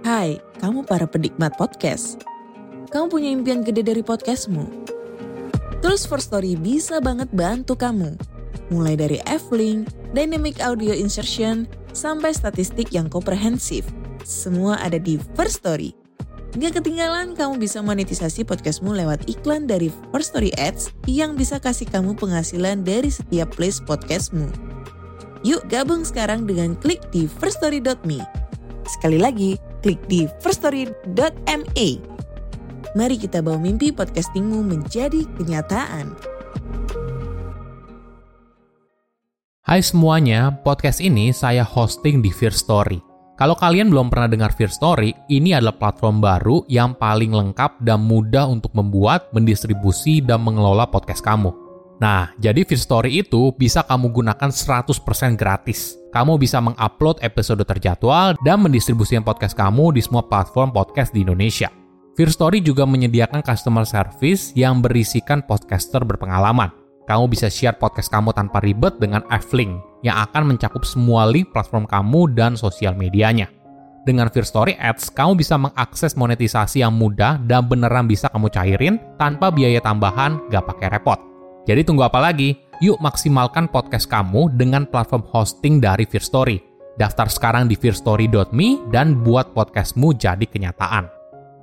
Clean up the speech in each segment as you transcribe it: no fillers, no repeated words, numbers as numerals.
Hai, kamu para penikmat podcast. Kamu punya impian gede dari podcastmu? Tools for Story bisa banget bantu kamu. Mulai dari F-Link, Dynamic Audio Insertion, sampai statistik yang komprehensif. Semua ada di First Story. Gak ketinggalan kamu bisa monetisasi podcastmu lewat iklan dari First Story Ads yang bisa kasih kamu penghasilan dari setiap place podcastmu. Yuk gabung sekarang dengan klik di firststory.me. Sekali lagi, klik di firststory.me. Mari kita bawa mimpi podcastingmu menjadi kenyataan. Hai semuanya, podcast ini saya hosting di First Story. Kalau kalian belum pernah dengar First Story, ini adalah platform baru yang paling lengkap dan mudah untuk membuat, mendistribusi, dan mengelola podcast kamu. Nah, jadi First Story itu bisa kamu gunakan 100% gratis. Kamu bisa mengupload episode terjadwal dan mendistribusikan podcast kamu di semua platform podcast di Indonesia. First Story juga menyediakan customer service yang berisikan podcaster berpengalaman. Kamu bisa share podcast kamu tanpa ribet dengan F-Link yang akan mencakup semua link platform kamu dan sosial medianya. Dengan First Story Ads, kamu bisa mengakses monetisasi yang mudah dan beneran bisa kamu cairin tanpa biaya tambahan, gak pakai repot. Jadi tunggu apa lagi? Yuk maksimalkan podcast kamu dengan platform hosting dari First Story. Daftar sekarang di firststory.me dan buat podcastmu jadi kenyataan.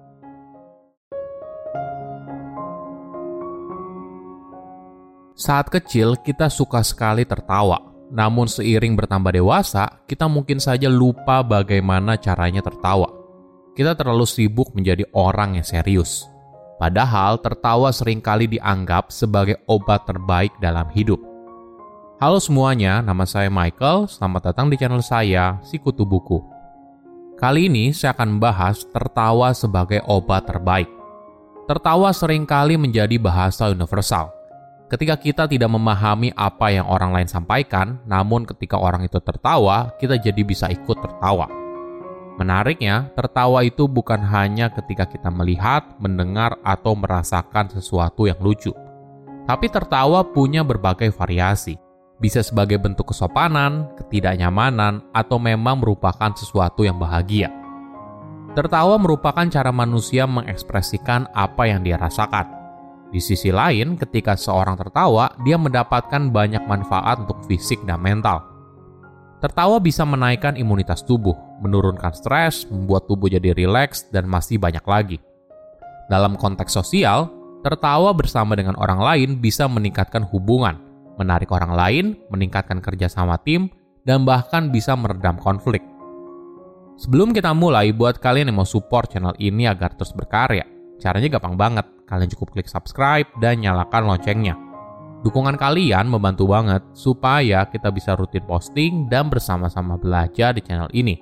Saat kecil, kita suka sekali tertawa. Namun seiring bertambah dewasa, kita mungkin saja lupa bagaimana caranya tertawa. Kita terlalu sibuk menjadi orang yang serius. Padahal tertawa seringkali dianggap sebagai obat terbaik dalam hidup. Halo semuanya, nama saya Michael. Selamat datang di channel saya, Sikutu Buku. Kali ini saya akan membahas tertawa sebagai obat terbaik. Tertawa seringkali menjadi bahasa universal. Ketika kita tidak memahami apa yang orang lain sampaikan, namun ketika orang itu tertawa, kita jadi bisa ikut tertawa. Menariknya, tertawa itu bukan hanya ketika kita melihat, mendengar, atau merasakan sesuatu yang lucu. Tapi tertawa punya berbagai variasi. Bisa sebagai bentuk kesopanan, ketidaknyamanan, atau memang merupakan sesuatu yang bahagia. Tertawa merupakan cara manusia mengekspresikan apa yang dia rasakan. Di sisi lain, ketika seorang tertawa, dia mendapatkan banyak manfaat untuk fisik dan mental. Tertawa bisa menaikkan imunitas tubuh, menurunkan stres, membuat tubuh jadi rileks, dan masih banyak lagi. Dalam konteks sosial, tertawa bersama dengan orang lain bisa meningkatkan hubungan, menarik orang lain, meningkatkan kerjasama tim, dan bahkan bisa meredam konflik. Sebelum kita mulai, buat kalian yang mau support channel ini agar terus berkarya, caranya gampang banget. Kalian cukup klik subscribe dan nyalakan loncengnya. Dukungan kalian membantu banget supaya kita bisa rutin posting dan bersama-sama belajar di channel ini.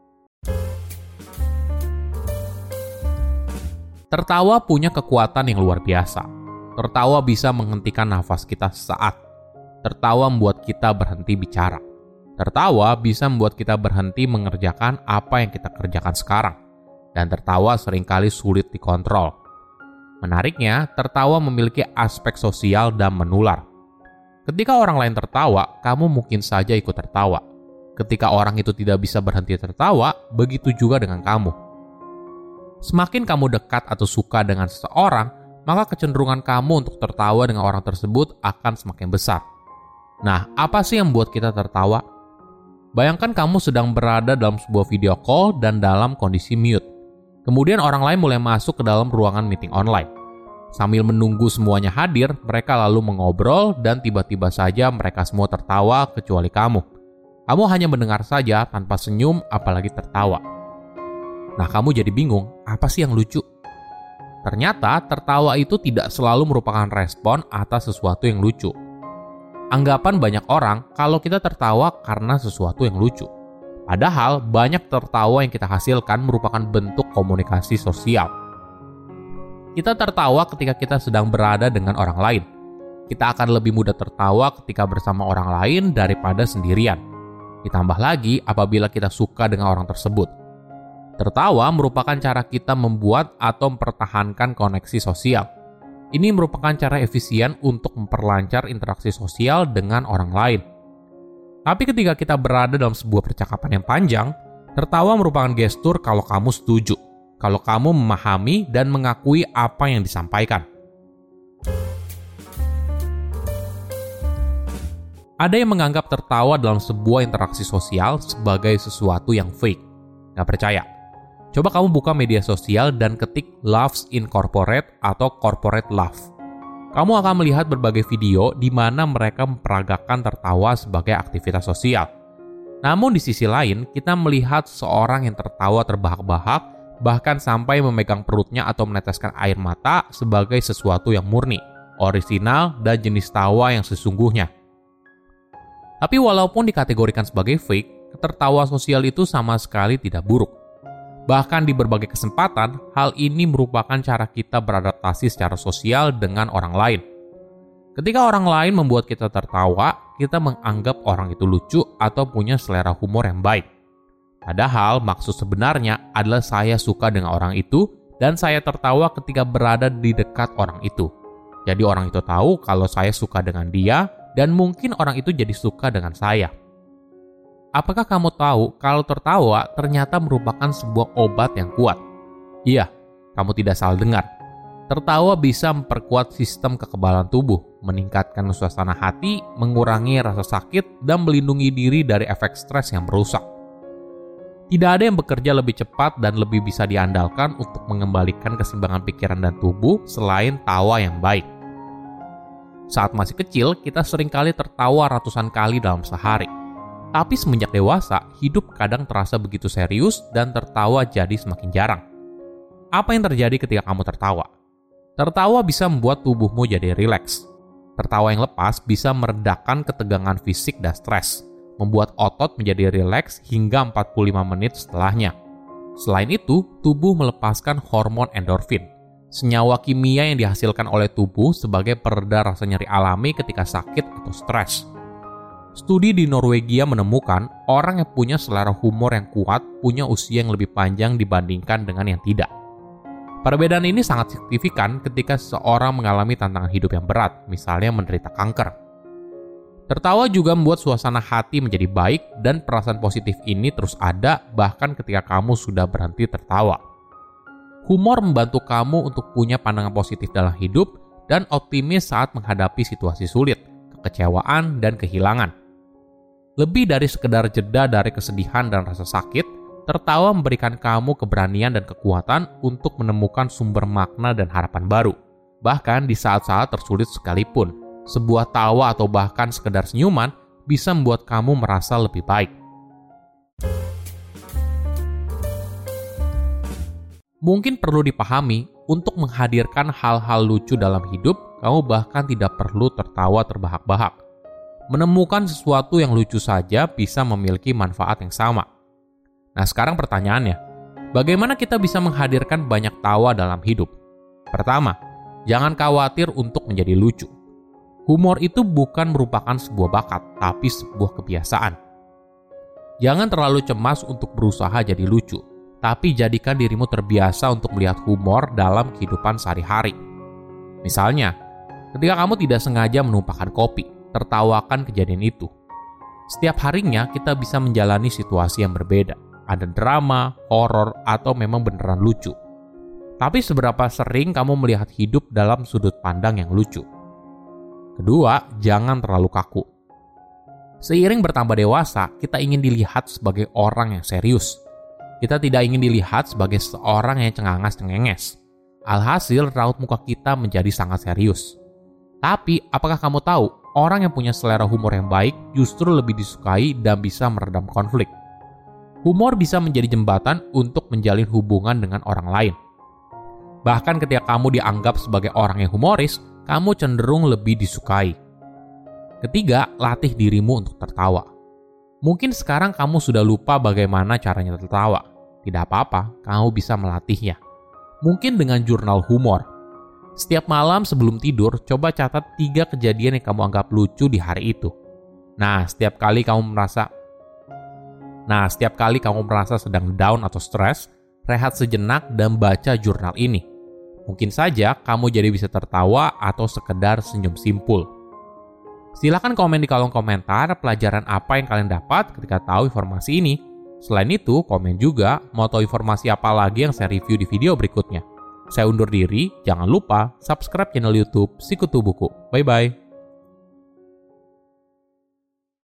Tertawa punya kekuatan yang luar biasa. Tertawa bisa menghentikan nafas kita sesaat. Tertawa membuat kita berhenti bicara. Tertawa bisa membuat kita berhenti mengerjakan apa yang kita kerjakan sekarang. Dan tertawa seringkali sulit dikontrol. Menariknya, tertawa memiliki aspek sosial dan menular. Ketika orang lain tertawa, kamu mungkin saja ikut tertawa. Ketika orang itu tidak bisa berhenti tertawa, begitu juga dengan kamu. Semakin kamu dekat atau suka dengan seseorang, maka kecenderungan kamu untuk tertawa dengan orang tersebut akan semakin besar. Nah, apa sih yang membuat kita tertawa? Bayangkan kamu sedang berada dalam sebuah video call dan dalam kondisi mute. Kemudian orang lain mulai masuk ke dalam ruangan meeting online. Sambil menunggu semuanya hadir, mereka lalu mengobrol dan tiba-tiba saja mereka semua tertawa kecuali kamu. Kamu hanya mendengar saja tanpa senyum apalagi tertawa. Nah, kamu jadi bingung, apa sih yang lucu? Ternyata tertawa itu tidak selalu merupakan respon atas sesuatu yang lucu. Anggapan banyak orang kalau kita tertawa karena sesuatu yang lucu. Padahal, banyak tertawa yang kita hasilkan merupakan bentuk komunikasi sosial. Kita tertawa ketika kita sedang berada dengan orang lain. Kita akan lebih mudah tertawa ketika bersama orang lain daripada sendirian. Ditambah lagi apabila kita suka dengan orang tersebut. Tertawa merupakan cara kita membuat atau mempertahankan koneksi sosial. Ini merupakan cara efisien untuk memperlancar interaksi sosial dengan orang lain. Tapi ketika kita berada dalam sebuah percakapan yang panjang, Tertawa merupakan gestur kalau kamu setuju, kalau kamu memahami dan mengakui apa yang disampaikan. Ada yang menganggap tertawa dalam sebuah interaksi sosial sebagai sesuatu yang fake. Nggak percaya? Coba kamu buka media sosial dan ketik laughs in corporate atau corporate laugh. Kamu akan melihat berbagai video di mana mereka memperagakan tertawa sebagai aktivitas sosial. Namun di sisi lain, kita melihat seorang yang tertawa terbahak-bahak, bahkan sampai memegang perutnya atau meneteskan air mata sebagai sesuatu yang murni, orisinal, dan jenis tawa yang sesungguhnya. Tapi walaupun dikategorikan sebagai fake, tertawa sosial itu sama sekali tidak buruk. Bahkan di berbagai kesempatan, hal ini merupakan cara kita beradaptasi secara sosial dengan orang lain. Ketika orang lain membuat kita tertawa, kita menganggap orang itu lucu atau punya selera humor yang baik. Padahal maksud sebenarnya adalah saya suka dengan orang itu dan saya tertawa ketika berada di dekat orang itu. Jadi orang itu tahu kalau saya suka dengan dia dan mungkin orang itu jadi suka dengan saya. Apakah kamu tahu kalau tertawa ternyata merupakan sebuah obat yang kuat? Iya, kamu tidak salah dengar. Tertawa bisa memperkuat sistem kekebalan tubuh, meningkatkan suasana hati, mengurangi rasa sakit, dan melindungi diri dari efek stres yang merusak. Tidak ada yang bekerja lebih cepat dan lebih bisa diandalkan untuk mengembalikan keseimbangan pikiran dan tubuh selain tawa yang baik. Saat masih kecil, kita seringkali tertawa ratusan kali dalam sehari. Tapi semenjak dewasa, hidup kadang terasa begitu serius dan tertawa jadi semakin jarang. Apa yang terjadi ketika kamu tertawa? Tertawa bisa membuat tubuhmu jadi rileks. Tertawa yang lepas bisa meredakan ketegangan fisik dan stres, membuat otot menjadi rileks hingga 45 menit setelahnya. Selain itu, tubuh melepaskan hormon endorfin, senyawa kimia yang dihasilkan oleh tubuh sebagai pereda rasa nyeri alami ketika sakit atau stres. Studi di Norwegia menemukan orang yang punya selera humor yang kuat punya usia yang lebih panjang dibandingkan dengan yang tidak. Perbedaan ini sangat signifikan ketika seseorang mengalami tantangan hidup yang berat, misalnya menderita kanker. Tertawa juga membuat suasana hati menjadi baik dan perasaan positif ini terus ada bahkan ketika kamu sudah berhenti tertawa. Humor membantu kamu untuk punya pandangan positif dalam hidup dan optimis saat menghadapi situasi sulit, kekecewaan, dan kehilangan. Lebih dari sekedar jeda dari kesedihan dan rasa sakit, tertawa memberikan kamu keberanian dan kekuatan untuk menemukan sumber makna dan harapan baru. Bahkan di saat-saat tersulit sekalipun, sebuah tawa atau bahkan sekedar senyuman bisa membuat kamu merasa lebih baik. Mungkin perlu dipahami, untuk menghadirkan hal-hal lucu dalam hidup, kamu bahkan tidak perlu tertawa terbahak-bahak. Menemukan sesuatu yang lucu saja bisa memiliki manfaat yang sama. Nah, sekarang pertanyaannya, bagaimana kita bisa menghadirkan banyak tawa dalam hidup? Pertama, jangan khawatir untuk menjadi lucu. Humor itu bukan merupakan sebuah bakat, tapi sebuah kebiasaan. Jangan terlalu cemas untuk berusaha jadi lucu, tapi jadikan dirimu terbiasa untuk melihat humor dalam kehidupan sehari-hari. Misalnya, ketika kamu tidak sengaja menumpahkan kopi, tertawakan kejadian itu. Setiap harinya kita bisa menjalani situasi yang berbeda. Ada drama, horor, atau memang beneran lucu. Tapi seberapa sering kamu melihat hidup dalam sudut pandang yang lucu? Kedua, jangan terlalu kaku. Seiring bertambah dewasa, kita ingin dilihat sebagai orang yang serius. Kita tidak ingin dilihat sebagai seorang yang cengangas-cengenges. Alhasil, raut muka kita menjadi sangat serius. Tapi, apakah kamu tahu, orang yang punya selera humor yang baik justru lebih disukai dan bisa meredam konflik? Humor bisa menjadi jembatan untuk menjalin hubungan dengan orang lain. Bahkan ketika kamu dianggap sebagai orang yang humoris, kamu cenderung lebih disukai. Ketiga, latih dirimu untuk tertawa. Mungkin sekarang kamu sudah lupa bagaimana caranya tertawa. Tidak apa-apa, kamu bisa melatihnya. Mungkin dengan jurnal humor. Setiap malam sebelum tidur, coba catat 3 kejadian yang kamu anggap lucu di hari itu. Nah, setiap kali kamu merasa sedang down atau stres, rehat sejenak dan baca jurnal ini. Mungkin saja kamu jadi bisa tertawa atau sekedar senyum simpul. Silakan komen di kolom komentar pelajaran apa yang kalian dapat ketika tahu informasi ini. Selain itu, komen juga mau tahu informasi apa lagi yang saya review di video berikutnya. Saya undur diri, jangan lupa subscribe channel YouTube Sikutu Buku. Bye-bye.